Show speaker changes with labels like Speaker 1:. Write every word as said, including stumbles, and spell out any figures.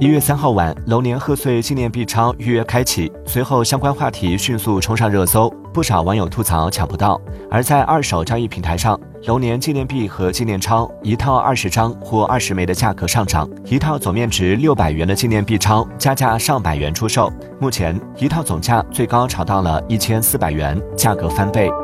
Speaker 1: 一月三号晚，龙年贺岁纪念币钞预约开启，随后相关话题迅速冲上热搜，不少网友吐槽抢不到。而在二手交易平台上，龙年纪念币和纪念钞一套二十张或二十枚的价格上涨，一套总面值六百元的纪念币钞加价上百元出售，目前一套总价最高炒到了一千四百元，价格翻倍。